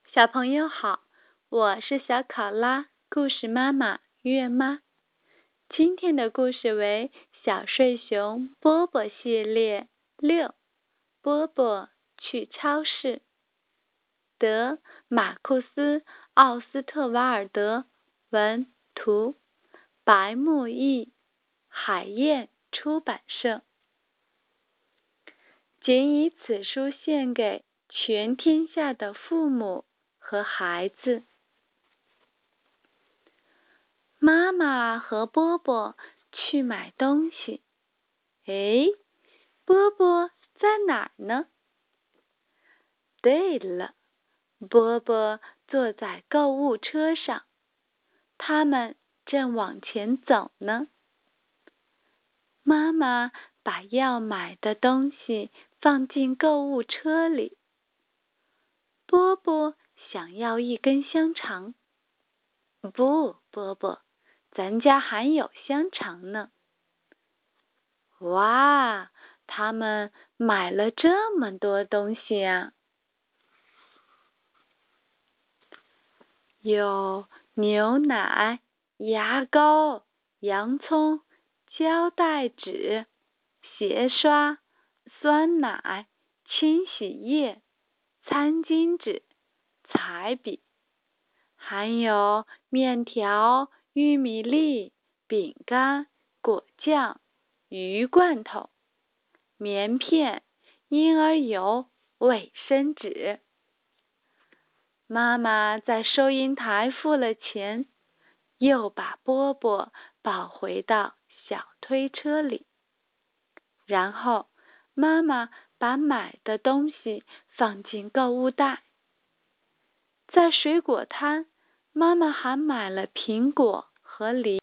小朋友好，我是小考拉故事妈妈月妈。今天的故事为小睡熊波波系列6，波波去超市。德马库斯·奥斯特瓦尔德文图，白木译，海燕出版社。仅以此书献给全天下的父母和孩子。妈妈和波波去买东西。波波在哪儿呢？对了，波波坐在购物车上，他们正往前走呢。妈妈把要买的东西放进购物车里。波波想要一根香肠。不，波波，咱家还有香肠呢。哇，他们买了这么多东西啊！有牛奶、牙膏、洋葱、胶带纸、鞋刷、酸奶、清洗液、餐巾纸、彩笔，还有面条、玉米粒、饼干、果酱、鱼罐头、棉片、婴儿油、卫生纸。妈妈在收银台付了钱，又把波波抱回到小推车里。然后妈妈把买的东西放进购物袋。在水果摊，妈妈还买了苹果和梨。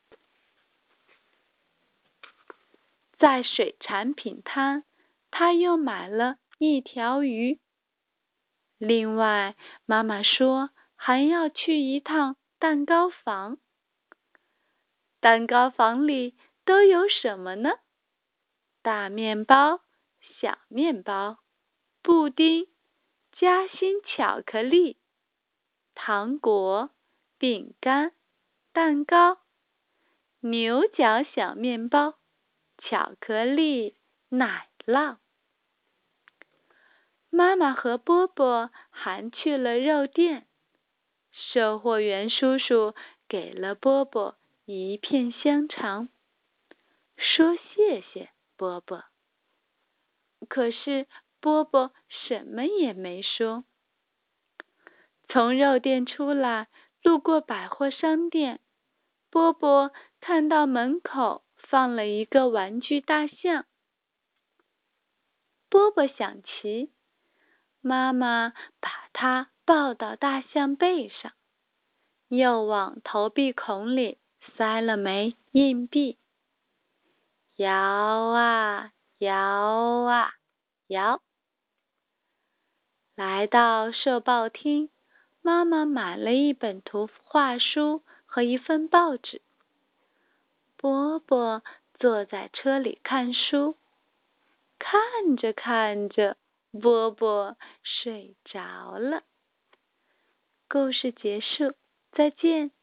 在水产品摊，她又买了一条鱼。另外，妈妈说还要去一趟蛋糕房。蛋糕房里都有什么呢？大面包、小面包、布丁、夹心巧克力、糖果、饼干、蛋糕、牛角小面包、巧克力、奶酪。妈妈和波波还去了肉店，售货员叔叔给了波波一片香肠，说谢谢波波。可是波波什么也没说。从肉店出来，路过百货商店，波波看到门口放了一个玩具大象。波波想骑，妈妈把它抱到大象背上，又往投币孔里塞了枚硬币。摇啊摇啊摇。来到售报厅，妈妈买了一本图画书和一份报纸。波波坐在车里看书，看着看着，波波睡着了。故事结束，再见。